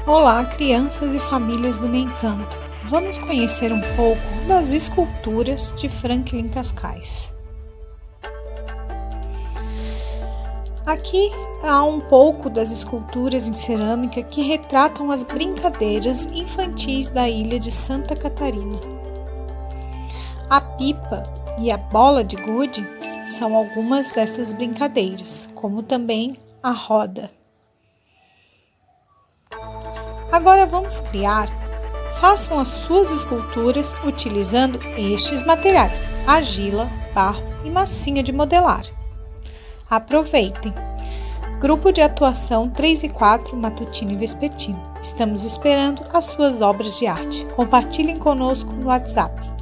Olá, crianças e famílias do Encanto. Vamos conhecer um pouco das esculturas de Franklin Cascais. Aqui há um pouco das esculturas em cerâmica que retratam as brincadeiras infantis da ilha de Santa Catarina. A pipa e a bola de gude são algumas dessas brincadeiras, como também a roda. Agora vamos criar. Façam as suas esculturas utilizando estes materiais: argila, barro e massinha de modelar. Aproveitem! Grupo de atuação 3 e 4, matutino e vespertino. Estamos esperando as suas obras de arte. Compartilhem conosco no WhatsApp.